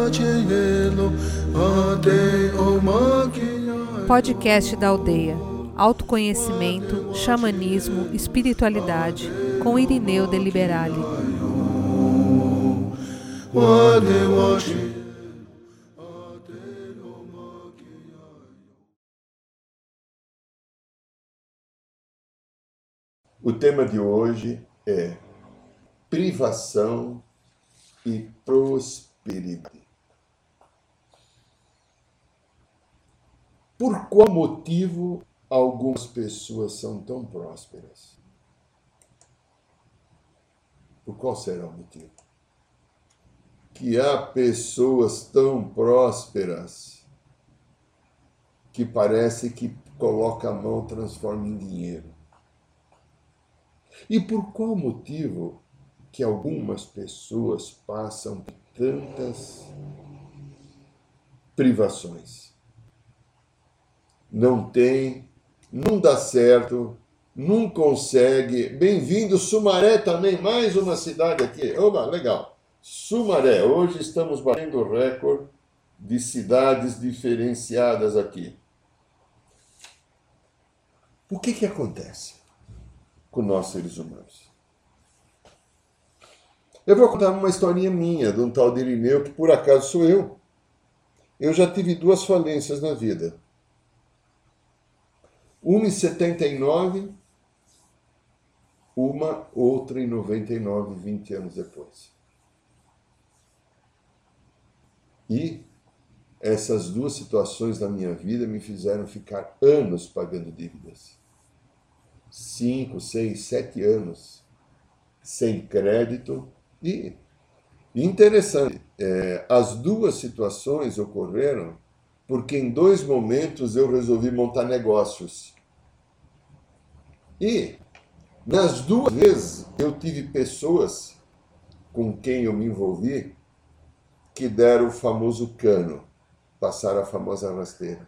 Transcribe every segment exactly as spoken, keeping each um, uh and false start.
Podcast da Aldeia. Autoconhecimento, xamanismo, espiritualidade, com Irineu de Liberale. O tema de hoje é privação e prosperidade. Por qual motivo algumas pessoas são tão prósperas? Por qual será o motivo? Que há pessoas tão prósperas que parece que coloca a mão, transforma em dinheiro. E por qual motivo que algumas pessoas passam por tantas privações? Não tem, não dá certo, não consegue. Bem-vindo, Sumaré também, mais uma cidade aqui. Oba, legal. Sumaré, hoje estamos batendo o recorde de cidades diferenciadas aqui. O que que acontece com nós seres humanos? Eu vou contar uma historinha minha, de um tal de Irineu, que por acaso sou eu. Eu já tive duas falências na vida. Uma em setenta e nove, uma outra em noventa e nove, vinte anos depois. E essas duas situações da minha vida me fizeram ficar anos pagando dívidas. Cinco, seis, sete anos sem crédito. E interessante, é, as duas situações ocorreram porque em dois momentos eu resolvi montar negócios. E nas duas vezes eu tive pessoas com quem eu me envolvi que deram o famoso cano, passaram a famosa rasteira.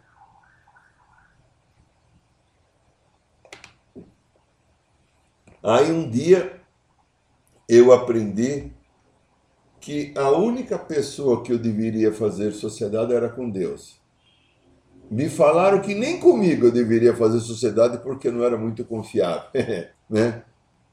Aí um dia eu aprendi que a única pessoa que eu deveria fazer sociedade era com Deus. Me falaram que nem comigo eu deveria fazer sociedade porque eu não era muito confiável, né?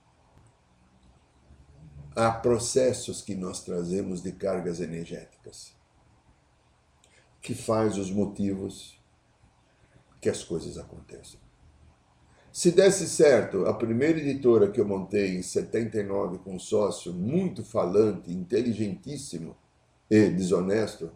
Há processos que nós trazemos de cargas energéticas que faz os motivos que as coisas aconteçam. Se desse certo, a primeira editora que eu montei em setenta e nove com um sócio muito falante, inteligentíssimo e desonesto,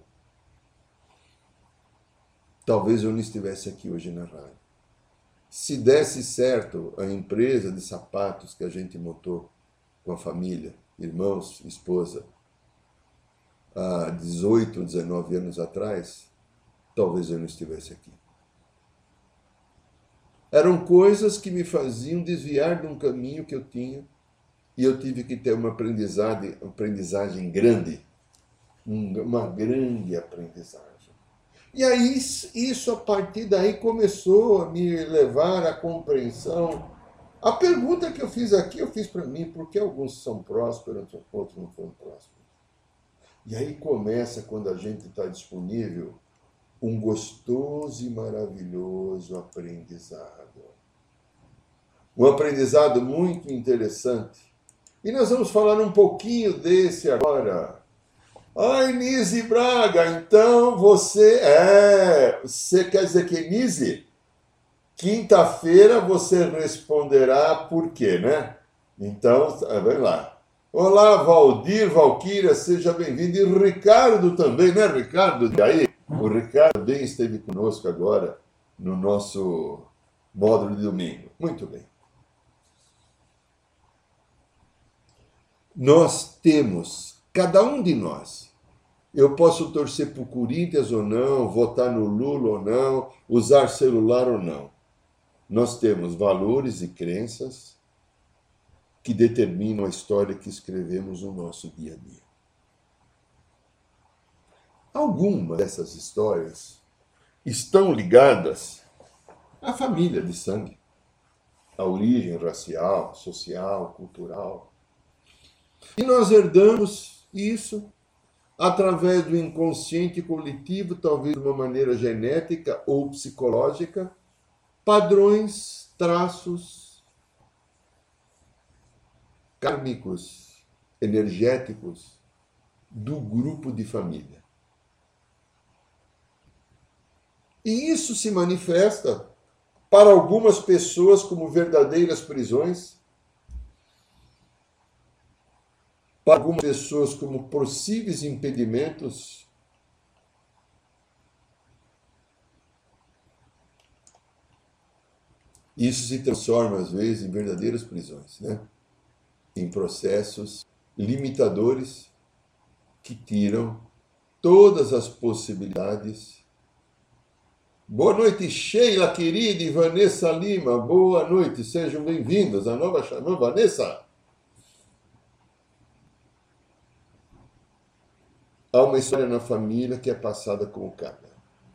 talvez eu não estivesse aqui hoje na rádio. Se desse certo a empresa de sapatos que a gente montou com a família, irmãos, esposa, há dezoito, dezenove anos atrás, talvez eu não estivesse aqui. Eram coisas que me faziam desviar de um caminho que eu tinha e eu tive que ter uma aprendizagem, aprendizagem grande, uma grande aprendizagem. E aí, isso a partir daí começou a me levar à compreensão. A pergunta que eu fiz aqui, eu fiz para mim, por que alguns são prósperos, outros não foram prósperos? E aí começa, quando a gente está disponível, um gostoso e maravilhoso aprendizado. Um aprendizado muito interessante. E nós vamos falar um pouquinho desse agora. Ai, Nise Braga, então você... É, você quer dizer que, Nise, quinta-feira você responderá por quê, né? Então, vamos lá. Olá, Valdir, Valquíria, seja bem-vindo. E Ricardo também, né, Ricardo? E aí? O Ricardo também esteve conosco agora no nosso módulo de domingo. Muito bem. Nós temos, cada um de nós, eu posso torcer para o Corinthians ou não, votar no Lula ou não, usar celular ou não. Nós temos valores e crenças que determinam a história que escrevemos no nosso dia a dia. Algumas dessas histórias estão ligadas à família de sangue, à origem racial, social, cultural. E nós herdamos isso através do inconsciente coletivo, talvez de uma maneira genética ou psicológica, padrões, traços kármicos, energéticos do grupo de família. E isso se manifesta para algumas pessoas como verdadeiras prisões, para algumas pessoas como possíveis impedimentos, isso se transforma às vezes em verdadeiras prisões, né? Em processos limitadores que tiram todas as possibilidades. Boa noite, Sheila, querida, e Vanessa Lima. Boa noite, sejam bem-vindos à nova Xamã Vanessa. Há uma história na família que é passada como carga.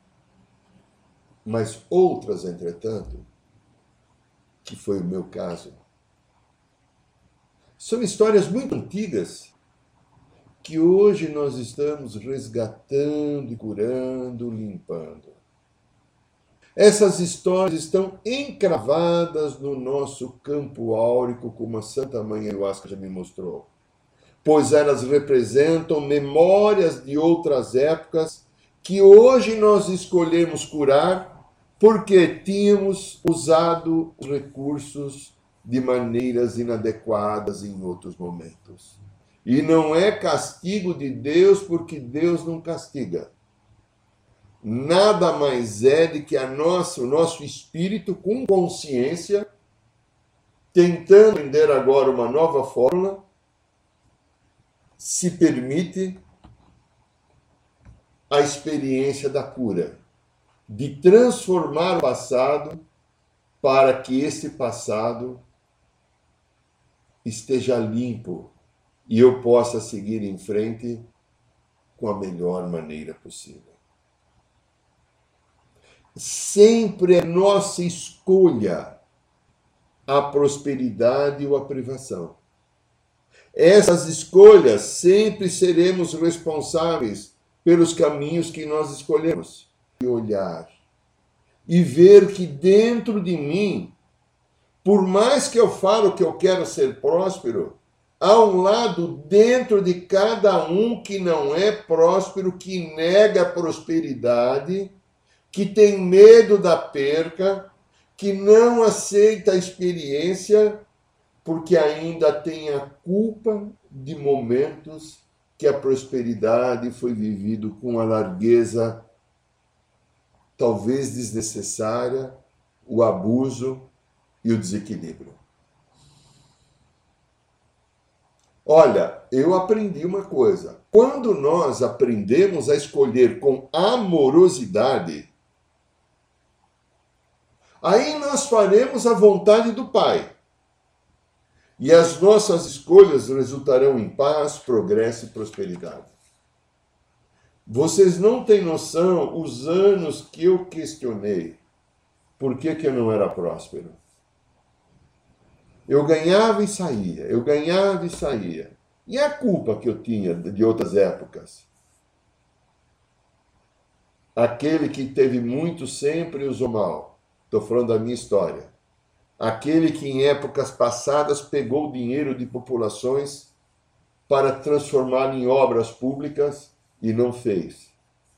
Mas outras, entretanto, que foi o meu caso, são histórias muito antigas que hoje nós estamos resgatando, curando, limpando. Essas histórias estão encravadas no nosso campo áurico, como a Santa Mãe Ayahuasca já me mostrou, pois elas representam memórias de outras épocas que hoje nós escolhemos curar porque tínhamos usado os recursos de maneiras inadequadas em outros momentos. E não é castigo de Deus, porque Deus não castiga. Nada mais é de que a nossa, o nosso espírito, com consciência, tentando aprender agora uma nova fórmula, se permite a experiência da cura, de transformar o passado para que esse passado esteja limpo e eu possa seguir em frente com a melhor maneira possível. Sempre é nossa escolha a prosperidade ou a privação. Essas escolhas sempre seremos responsáveis pelos caminhos que nós escolhemos. E olhar e ver que dentro de mim, por mais que eu falo que eu quero ser próspero, há um lado dentro de cada um que não é próspero, que nega a prosperidade, que tem medo da perca, que não aceita a experiência, porque ainda tem a culpa de momentos que a prosperidade foi vivido com a largueza, talvez desnecessária, o abuso e o desequilíbrio. Olha, eu aprendi uma coisa. Quando nós aprendemos a escolher com amorosidade, aí nós faremos a vontade do Pai. E as nossas escolhas resultarão em paz, progresso e prosperidade. Vocês não têm noção os anos que eu questionei por que, que eu não era próspero. Eu ganhava e saía, eu ganhava e saía. E a culpa que eu tinha de outras épocas? Aquele que teve muito sempre usou mal. Estou falando da minha história. Aquele que em épocas passadas pegou dinheiro de populações para transformar em obras públicas e não fez.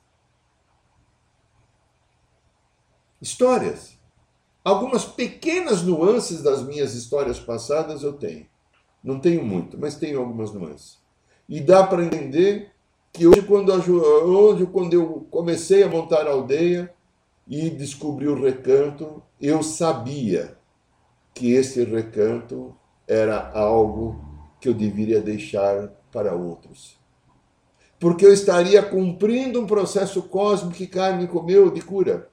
Histórias. Algumas pequenas nuances das minhas histórias passadas eu tenho. Não tenho muito, mas tenho algumas nuances. E dá para entender que hoje quando, hoje, quando eu comecei a montar a aldeia e descobri o recanto, eu sabia que esse recanto era algo que eu deveria deixar para outros. Porque eu estaria cumprindo um processo cósmico e kármico meu de cura.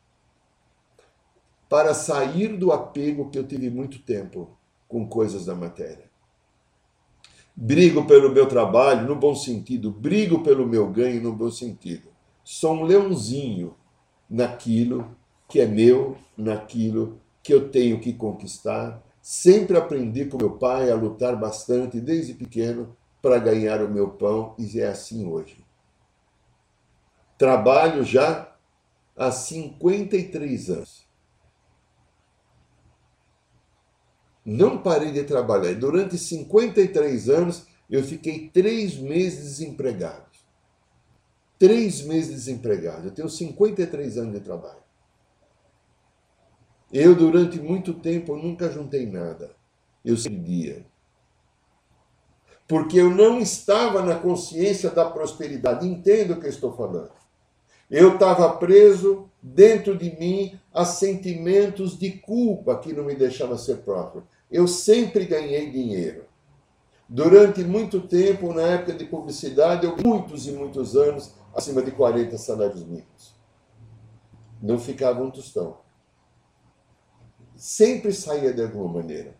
Para sair do apego que eu tive muito tempo com coisas da matéria. Brigo pelo meu trabalho, no bom sentido. Brigo pelo meu ganho, no bom sentido. Sou um leãozinho naquilo que é meu, naquilo que eu tenho que conquistar. Sempre aprendi com meu pai a lutar bastante, desde pequeno, para ganhar o meu pão, e é assim hoje. Trabalho já há cinquenta e três anos. Não parei de trabalhar. Durante cinquenta e três anos, eu fiquei três meses desempregado. Três meses desempregado. Eu tenho cinquenta e três anos de trabalho. Eu, durante muito tempo, nunca juntei nada. Eu perdia. Porque eu não estava na consciência da prosperidade. Entendo o que eu estou falando. Eu estava preso dentro de mim a sentimentos de culpa que não me deixavam ser próprio. Eu sempre ganhei dinheiro. Durante muito tempo, na época de publicidade, eu muitos e muitos anos, acima de quarenta salários mínimos. Não ficava um tostão. Sempre saía de alguma maneira.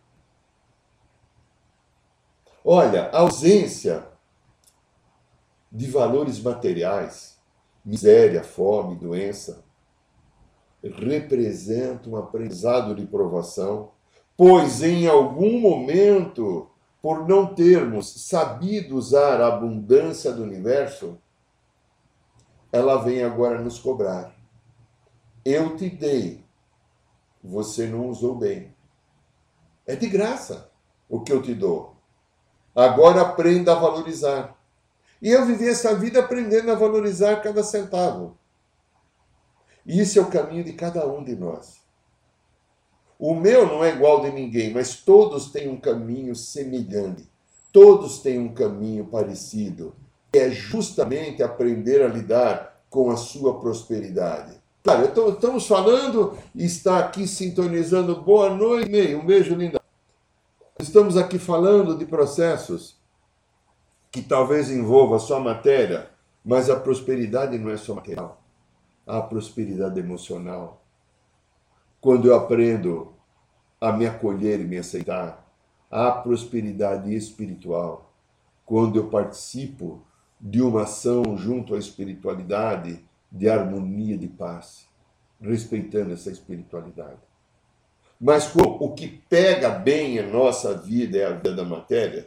Olha, a ausência de valores materiais, miséria, fome, doença, representa um aprendizado de provação, pois em algum momento, por não termos sabido usar a abundância do universo, ela vem agora nos cobrar. Eu te dei, você não usou bem. É de graça o que eu te dou. Agora aprenda a valorizar. E eu vivi essa vida aprendendo a valorizar cada centavo. Isso é o caminho de cada um de nós. O meu não é igual de ninguém, mas todos têm um caminho semelhante. Todos têm um caminho parecido. Que é justamente aprender a lidar com a sua prosperidade. Claro, então, estamos falando e está aqui sintonizando. Boa noite, meio. Um beijo, linda. Estamos aqui falando de processos que talvez envolva só matéria, mas a prosperidade não é só material. Há prosperidade emocional. Quando eu aprendo a me acolher e me aceitar, há prosperidade espiritual. Quando eu participo de uma ação junto à espiritualidade, de harmonia, de paz, respeitando essa espiritualidade. Mas o que pega bem a nossa vida é a vida da matéria.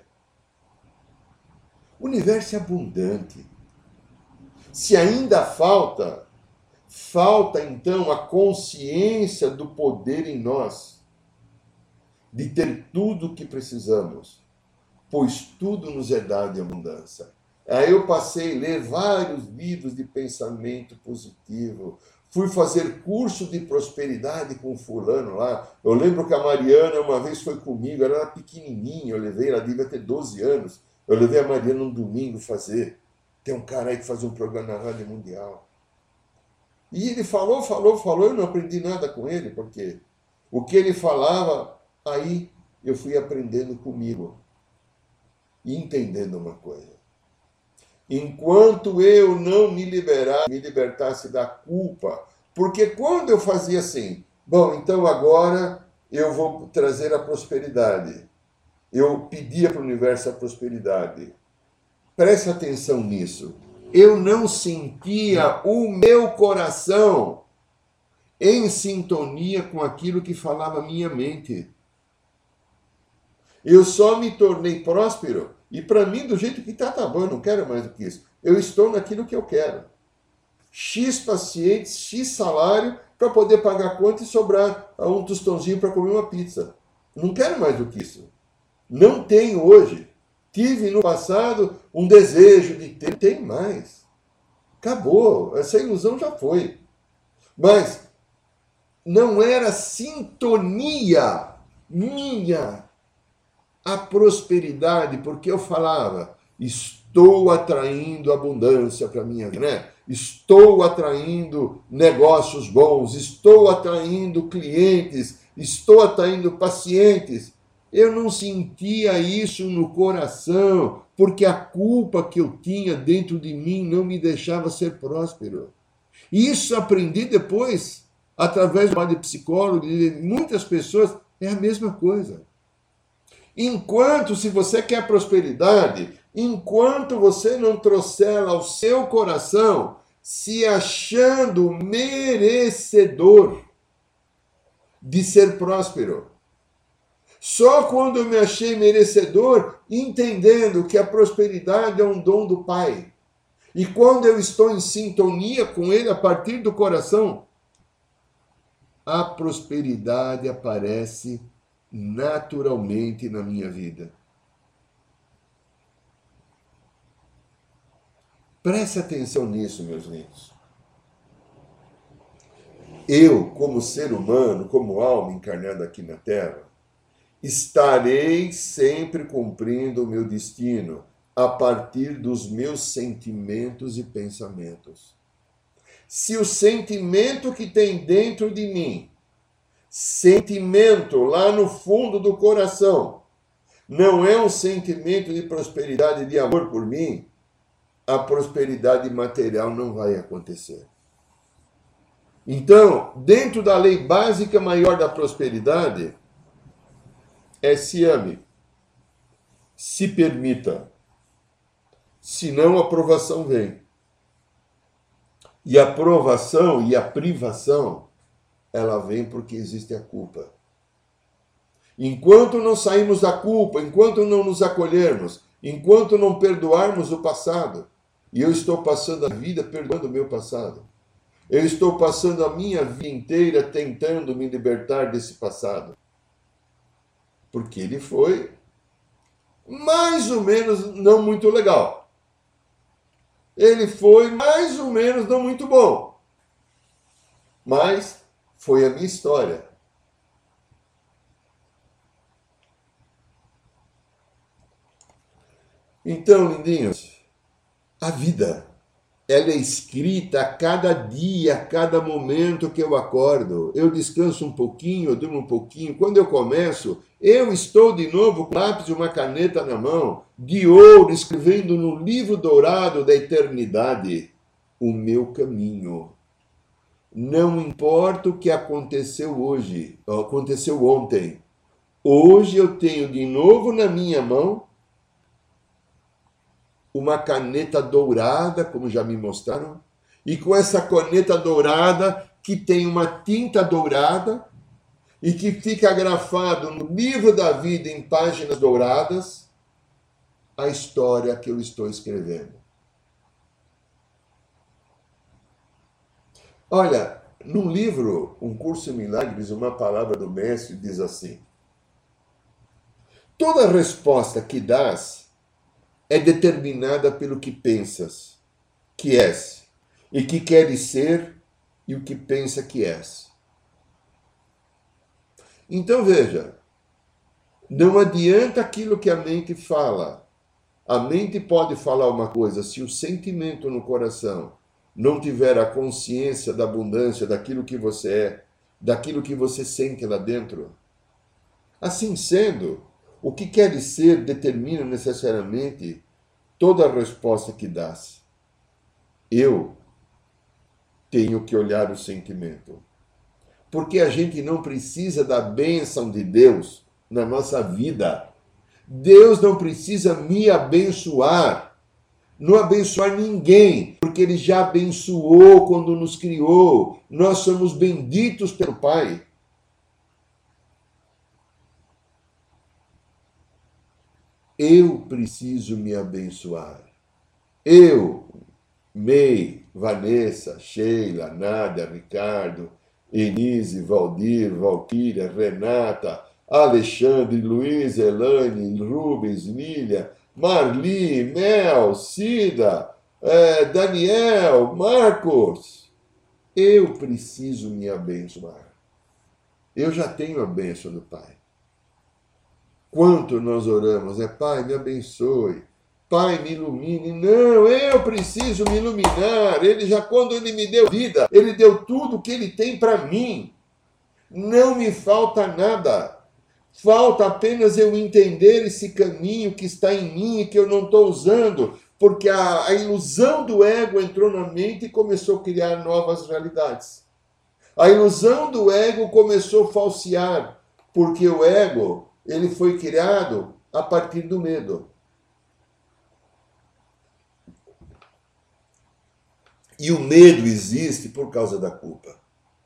O universo é abundante. Se ainda falta, falta então a consciência do poder em nós, de ter tudo o que precisamos, pois tudo nos é dado em abundância. Aí eu passei a ler vários livros de pensamento positivo, fui fazer curso de prosperidade com fulano lá. Eu lembro que a Mariana uma vez foi comigo, ela era pequenininha, eu levei, ela devia ter doze anos. Eu levei a Mariana um domingo fazer. Tem um cara aí que faz um programa na Rádio Mundial. E ele falou, falou, falou, eu não aprendi nada com ele, porque o que ele falava, aí eu fui aprendendo comigo e entendendo uma coisa. Enquanto eu não me liberar, me libertasse da culpa, porque quando eu fazia assim, bom, então agora eu vou trazer a prosperidade. Eu pedia para o universo a prosperidade. Preste atenção nisso. Eu não sentia o meu coração em sintonia com aquilo que falava a minha mente. Eu só me tornei próspero, e para mim, do jeito que está, tá bom, eu não quero mais do que isso. Eu estou naquilo que eu quero. X pacientes, X salário, para poder pagar a conta e sobrar um tostãozinho para comer uma pizza. Não quero mais do que isso. Não tenho hoje. Tive no passado um desejo de ter, não tem mais. Acabou, essa ilusão já foi. Mas não era sintonia minha a prosperidade, porque eu falava, estou atraindo abundância para a minha vida, né? Estou atraindo negócios bons, estou atraindo clientes, estou atraindo pacientes. Eu não sentia isso no coração, porque a culpa que eu tinha dentro de mim não me deixava ser próspero. E isso aprendi depois, através do trabalho de psicólogo, de muitas pessoas, é a mesma coisa. Enquanto, se você quer prosperidade, enquanto você não trouxer ela ao seu coração, se achando merecedor de ser próspero. Só quando eu me achei merecedor, entendendo que a prosperidade é um dom do Pai. E quando eu estou em sintonia com ele a partir do coração, a prosperidade aparece naturalmente na minha vida. Preste atenção nisso, meus lindos. Eu, como ser humano, como alma encarnada aqui na Terra, estarei sempre cumprindo o meu destino a partir dos meus sentimentos e pensamentos. Se o sentimento que tem dentro de mim, sentimento lá no fundo do coração, não é um sentimento de prosperidade e de amor por mim, a prosperidade material não vai acontecer. Então, dentro da lei básica maior da prosperidade, é se ame, se permita, senão a aprovação vem. E a aprovação e a privação, ela vem porque existe a culpa. Enquanto não sairmos da culpa, enquanto não nos acolhermos, enquanto não perdoarmos o passado, e eu estou passando a vida perdoando o meu passado, eu estou passando a minha vida inteira tentando me libertar desse passado, porque ele foi mais ou menos não muito legal. Ele foi mais ou menos não muito bom. Mas foi a minha história. Então, lindinhos, a vida, ela é escrita a cada dia, a cada momento que eu acordo. Eu descanso um pouquinho, eu durmo um pouquinho. Quando eu começo, eu estou de novo com lápis e uma caneta na mão, de ouro, escrevendo no livro dourado da eternidade o meu caminho. Não importa o que aconteceu hoje, aconteceu ontem. Hoje eu tenho de novo na minha mão uma caneta dourada, como já me mostraram, e com essa caneta dourada, que tem uma tinta dourada, e que fica grafado no livro da vida, em páginas douradas, a história que eu estou escrevendo. Olha, no livro Um Curso em Milagres, uma palavra do mestre diz assim: toda resposta que dás é determinada pelo que pensas que és, e que queres ser, e o que pensa que és. Então veja, não adianta aquilo que a mente fala. A mente pode falar uma coisa, se o sentimento no coração não tiver a consciência da abundância, daquilo que você é, daquilo que você sente lá dentro. Assim sendo, o que queres ser determina necessariamente toda a resposta que dás. Eu tenho que olhar o sentimento. Porque a gente não precisa da bênção de Deus na nossa vida. Deus não precisa me abençoar, não abençoar ninguém, porque Ele já abençoou quando nos criou. Nós somos benditos pelo Pai. Eu preciso me abençoar. Eu, May, Vanessa, Sheila, Nádia, Ricardo, Enise, Valdir, Valquíria, Renata, Alexandre, Luiz, Elaine, Rubens, Lília, Marli, Mel, Cida, eh, Daniel, Marcos. Eu preciso me abençoar. Eu já tenho a bênção do Pai. Quanto nós oramos, é Pai, me abençoe, Pai, me ilumine. Não, eu preciso me iluminar. Ele já, quando Ele me deu vida, Ele deu tudo o que Ele tem para mim. Não me falta nada. Falta apenas eu entender esse caminho que está em mim e que eu não estou usando, porque a, a ilusão do ego entrou na mente e começou a criar novas realidades. A ilusão do ego começou a falsear, porque o ego, ele foi criado a partir do medo. E o medo existe por causa da culpa.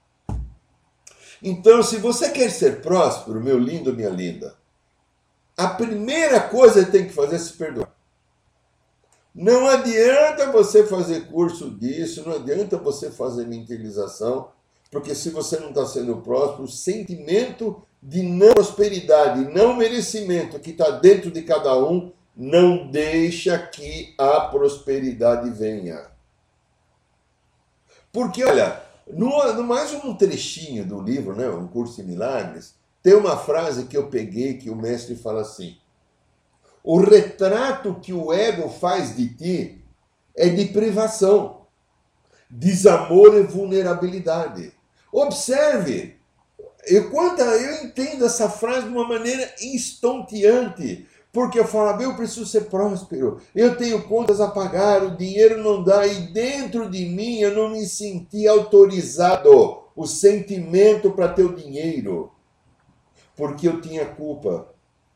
Então, se você quer ser próspero, meu lindo, minha linda, a primeira coisa que tem que fazer é se perdoar. Não adianta você fazer curso disso, não adianta você fazer mentalização, porque se você não está sendo próspero, o sentimento de não prosperidade, não merecimento que está dentro de cada um, não deixa que a prosperidade venha. Porque, olha, no, no mais um trechinho do livro, né, Um Curso em Milagres, tem uma frase que eu peguei que o mestre fala assim: o retrato que o ego faz de ti é de privação, desamor e vulnerabilidade. Observe, eu, quando eu entendo essa frase de uma maneira estonteante, porque eu falo, eu preciso ser próspero, eu tenho contas a pagar, o dinheiro não dá, e dentro de mim eu não me senti autorizado o sentimento para ter o dinheiro, porque eu tinha culpa.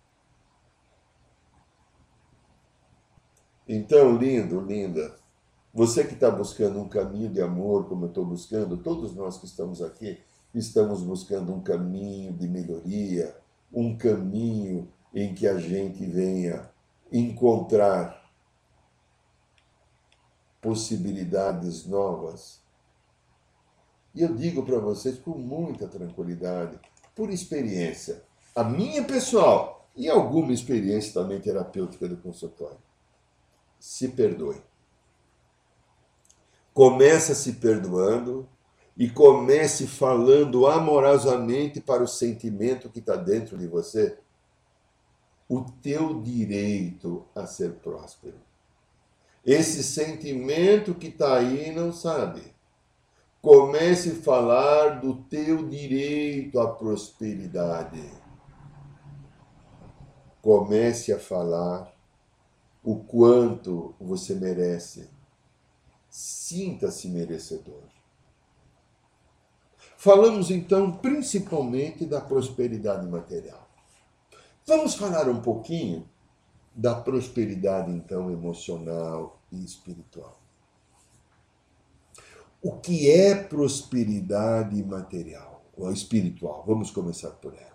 Então, lindo, linda, você que está buscando um caminho de amor, como eu estou buscando, todos nós que estamos aqui, estamos buscando um caminho de melhoria, um caminho em que a gente venha encontrar possibilidades novas. E eu digo para vocês com muita tranquilidade, por experiência, a minha pessoal e alguma experiência também terapêutica do consultório. Se perdoe. Comece se perdoando e comece falando amorosamente para o sentimento que está dentro de você o teu direito a ser próspero. Esse sentimento que está aí não sabe. Comece a falar do teu direito à prosperidade. Comece a falar o quanto você merece. Sinta-se merecedor. Falamos então principalmente da prosperidade material. Vamos falar um pouquinho da prosperidade então emocional e espiritual. O que é prosperidade material ou espiritual? Vamos começar por ela.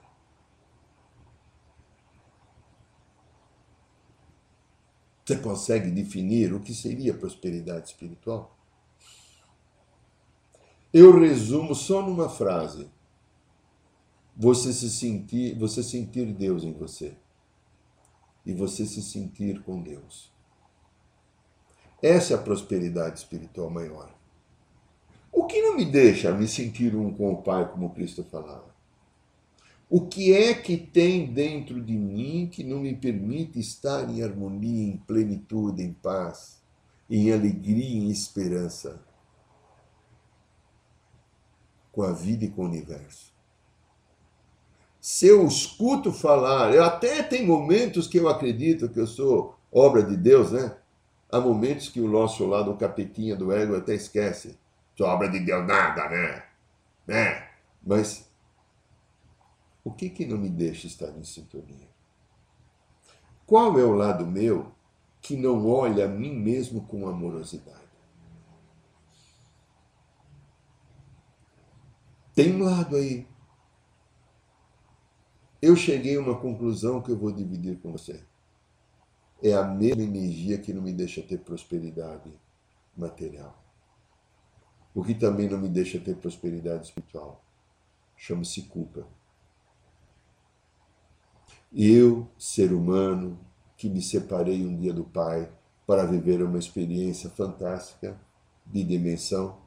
Você consegue definir o que seria prosperidade espiritual? Eu resumo só numa frase. Você se sentir, você sentir Deus em você. E você se sentir com Deus. Essa é a prosperidade espiritual maior. O que não me deixa me sentir um com o Pai, como Cristo falava? O que é que tem dentro de mim que não me permite estar em harmonia, em plenitude, em paz, em alegria, em esperança com a vida e com o universo? Se eu escuto falar, eu até tem momentos que eu acredito que eu sou obra de Deus, né? Há momentos que o nosso lado, o capetinha do ego, até esquece. Sou obra de Deus nada, né? né? Mas o que que não me deixa estar em sintonia? Qual é o lado meu que não olha a mim mesmo com amorosidade? Tem um lado aí. Eu cheguei a uma conclusão que eu vou dividir com você. É a mesma energia que não me deixa ter prosperidade material. O que também não me deixa ter prosperidade espiritual. Chama-se culpa. Eu, ser humano, que me separei um dia do Pai para viver uma experiência fantástica de dimensão,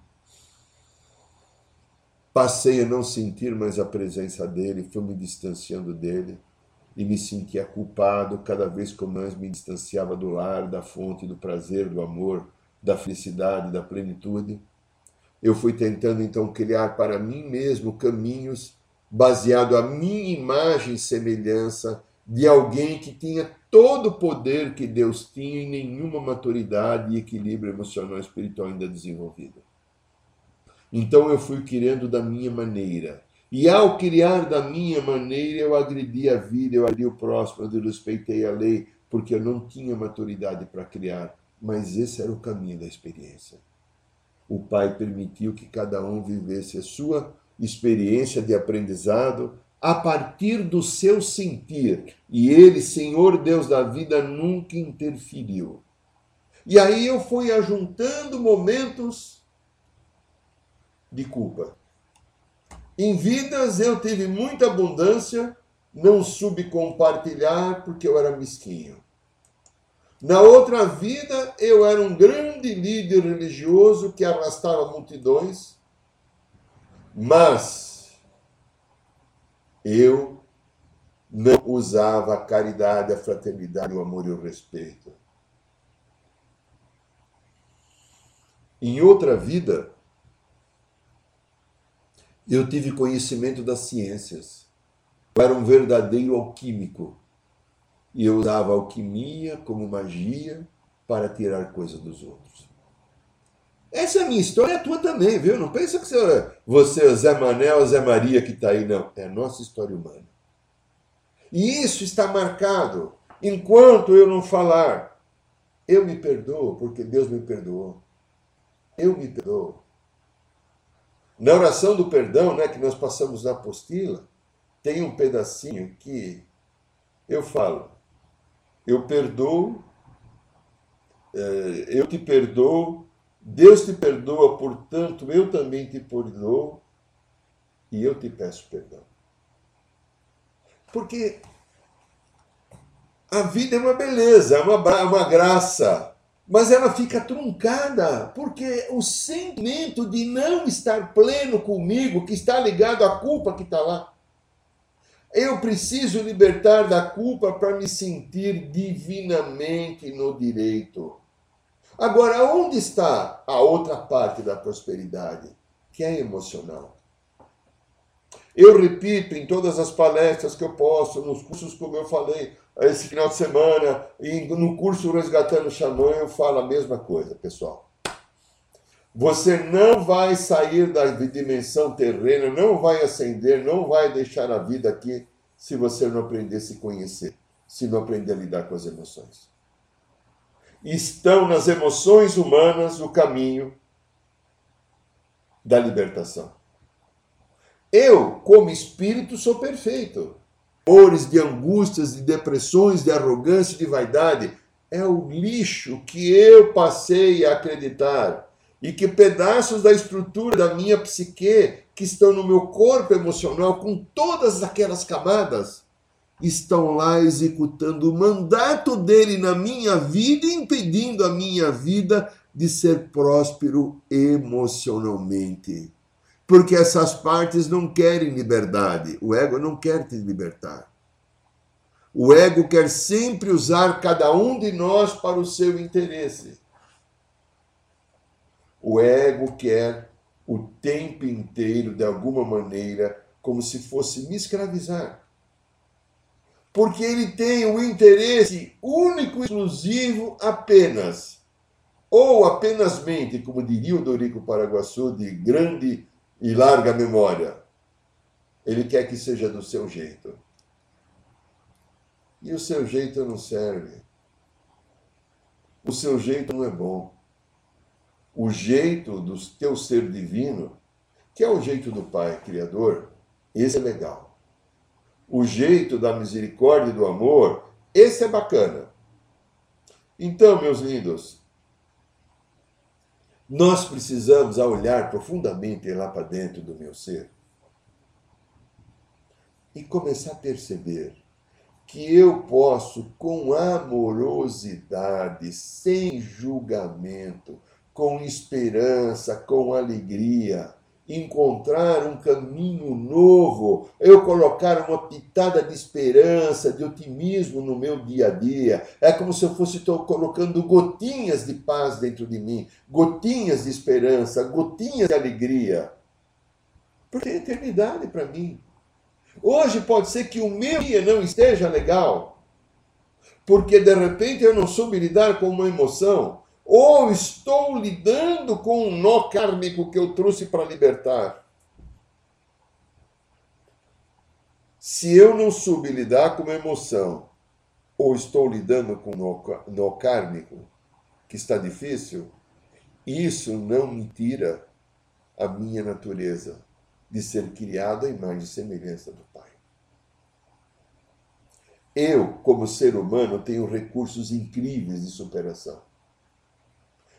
passei a não sentir mais a presença dele, fui me distanciando dele e me sentia culpado cada vez que eu mais me distanciava do lar, da fonte, do prazer, do amor, da felicidade, da plenitude. Eu fui tentando então criar para mim mesmo caminhos baseado à minha imagem e semelhança de alguém que tinha todo o poder que Deus tinha e nenhuma maturidade e equilíbrio emocional e espiritual ainda desenvolvido. Então eu fui criando da minha maneira. E ao criar da minha maneira, eu agredi a vida, eu agredi o próximo, eu desrespeitei a lei, porque eu não tinha maturidade para criar. Mas esse era o caminho da experiência. O Pai permitiu que cada um vivesse a sua experiência de aprendizado a partir do seu sentir. E Ele, Senhor Deus da vida, nunca interferiu. E aí eu fui ajuntando momentos de culpa. Em vidas eu tive muita abundância, não soube compartilhar porque eu era mesquinho. Na outra vida eu era um grande líder religioso que arrastava multidões, mas eu não usava a caridade, a fraternidade, o amor e o respeito. Em outra vida, eu tive conhecimento das ciências. Eu era um verdadeiro alquímico. E eu usava a alquimia como magia para tirar coisa dos outros. Essa é a minha história, é a tua também, viu? Não pensa que você é Zé Manel, Zé Maria que está aí, não. É a nossa história humana. E isso está marcado. Enquanto eu não falar, eu me perdoo, porque Deus me perdoou. Eu me perdoo. Na oração do perdão, né, que nós passamos na apostila, tem um pedacinho que eu falo, eu perdoo, eu te perdoo, Deus te perdoa, portanto, eu também te perdoo e eu te peço perdão. Porque a vida é uma beleza, é uma, uma graça, mas ela fica truncada, porque o sentimento de não estar pleno comigo, que está ligado à culpa que está lá. Eu preciso libertar da culpa para me sentir divinamente no direito. Agora, onde está a outra parte da prosperidade, que é emocional? Eu repito em todas as palestras que eu posso, nos cursos, como eu falei, esse final de semana, e no curso Resgatando o Xamã, eu falo a mesma coisa, pessoal. Você não vai sair da dimensão terrena, não vai ascender, não vai deixar a vida aqui se você não aprender a se conhecer, se não aprender a lidar com as emoções. Estão nas emoções humanas o caminho da libertação. Eu, como espírito, sou perfeito. Dores, de angústias, de depressões, de arrogância, de vaidade, é o lixo que eu passei a acreditar. E que pedaços da estrutura da minha psique, que estão no meu corpo emocional, com todas aquelas camadas, estão lá executando o mandato dele na minha vida, impedindo a minha vida de ser próspero emocionalmente. Porque essas partes não querem liberdade. O ego não quer te libertar. O ego quer sempre usar cada um de nós para o seu interesse. O ego quer o tempo inteiro, de alguma maneira, como se fosse me escravizar. Porque ele tem o interesse único e exclusivo apenas, ou apenas mente, como diria o Dorico Paraguaçu, de grande e larga memória. Ele quer que seja do seu jeito. E o seu jeito não serve. O seu jeito não é bom. O jeito do teu ser divino, que é o jeito do Pai Criador, esse é legal. O jeito da misericórdia e do amor, esse é bacana. Então, meus lindos, nós precisamos olhar profundamente lá para dentro do meu ser e começar a perceber que eu posso, com amorosidade, sem julgamento, com esperança, com alegria, encontrar um caminho novo, eu colocar uma pitada de esperança, de otimismo no meu dia a dia. É como se eu fosse colocando gotinhas de paz dentro de mim, gotinhas de esperança, gotinhas de alegria. Porque é eternidade para mim. Hoje pode ser que o meu dia não esteja legal, porque de repente eu não soube lidar com uma emoção, ou estou lidando com um nó kármico que eu trouxe para libertar. Se eu não soube lidar com uma emoção, ou estou lidando com um nó kármico que está difícil, isso não me tira a minha natureza de ser criado à imagem e semelhança do Pai. Eu, como ser humano, tenho recursos incríveis de superação.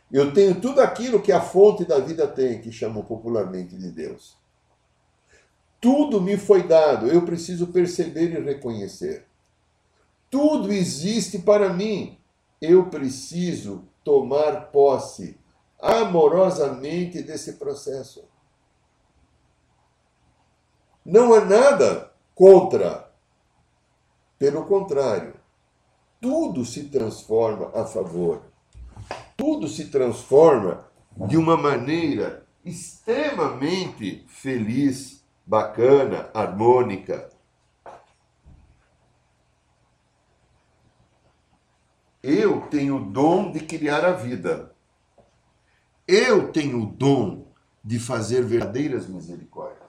Eu tenho tudo aquilo que a fonte da vida tem, que chamam popularmente de Deus. Tudo me foi dado, eu preciso perceber e reconhecer. Tudo existe para mim, eu preciso tomar posse amorosamente desse processo. Não há nada contra. Pelo contrário, tudo se transforma a favor. Tudo se transforma de uma maneira extremamente feliz, bacana, harmônica. Eu tenho o dom de criar a vida. Eu tenho o dom de fazer verdadeiras misericórdias.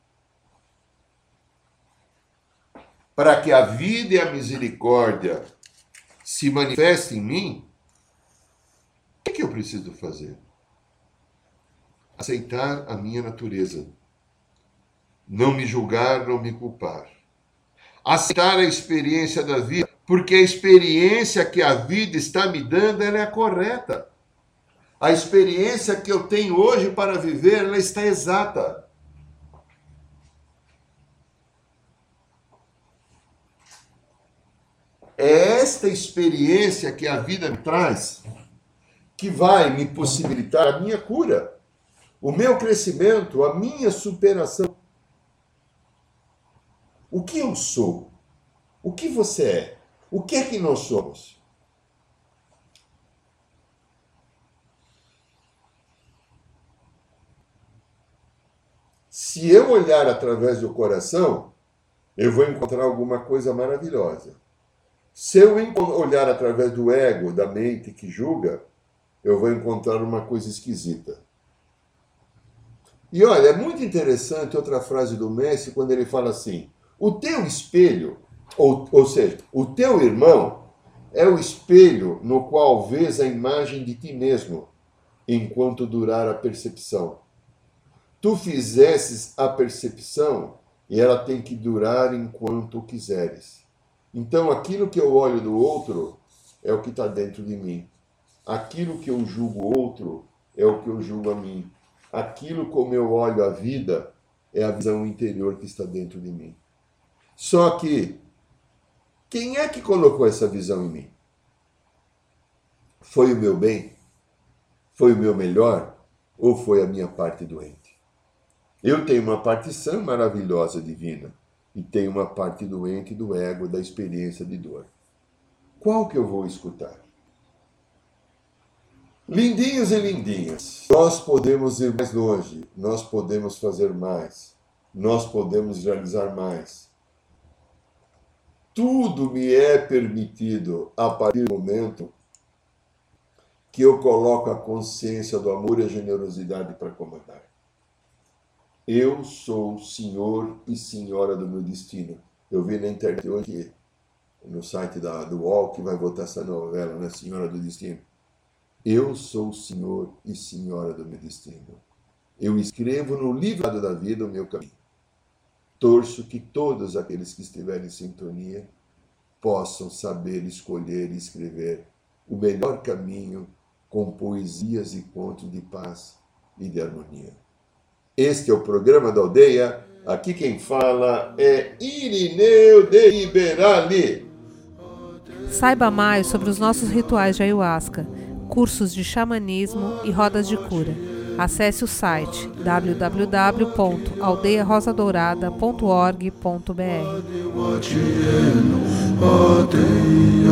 Para que a vida e a misericórdia se manifestem em mim, o que eu preciso fazer? Aceitar a minha natureza. Não me julgar, não me culpar. Aceitar a experiência da vida, porque a experiência que a vida está me dando, ela é a correta. A experiência que eu tenho hoje para viver, ela está exata. É esta experiência que a vida me traz que vai me possibilitar a minha cura, o meu crescimento, a minha superação. O que eu sou? O que você é? O que é que nós somos? Se eu olhar através do coração, eu vou encontrar alguma coisa maravilhosa. Se eu olhar através do ego, da mente que julga, eu vou encontrar uma coisa esquisita. E olha, é muito interessante outra frase do Mestre, quando ele fala assim, o teu espelho, ou, ou seja, o teu irmão, é o espelho no qual vês a imagem de ti mesmo, enquanto durar a percepção. Tu fizesses a percepção, e ela tem que durar enquanto quiseres. Então, aquilo que eu olho do outro é o que está dentro de mim. Aquilo que eu julgo o outro é o que eu julgo a mim. Aquilo como eu olho a vida é a visão interior que está dentro de mim. Só que, quem é que colocou essa visão em mim? Foi o meu bem? Foi o meu melhor? Ou foi a minha parte doente? Eu tenho uma parte sã, maravilhosa, divina, e tenho uma parte doente do ego, da experiência de dor. Qual que eu vou escutar? Lindinhos e lindinhas, nós podemos ir mais longe, nós podemos fazer mais, nós podemos realizar mais. Tudo me é permitido a partir do momento que eu coloco a consciência do amor e a generosidade para comandar. Eu sou senhor e senhora do meu destino. Eu vi na internet hoje, no site da, do U O L, que vai botar essa novela, né? Senhora do Destino. Eu sou senhor e senhora do meu destino. Eu escrevo no livro da vida o meu caminho. Torço que todos aqueles que estiverem em sintonia possam saber escolher e escrever o melhor caminho com poesias e contos de paz e de harmonia. Este é o programa da Aldeia. Aqui quem fala é Irineu de Liberali. Saiba mais sobre os nossos rituais de ayahuasca, cursos de xamanismo e rodas de cura. Acesse o site w w w ponto aldeia rosa dourada ponto org ponto b r.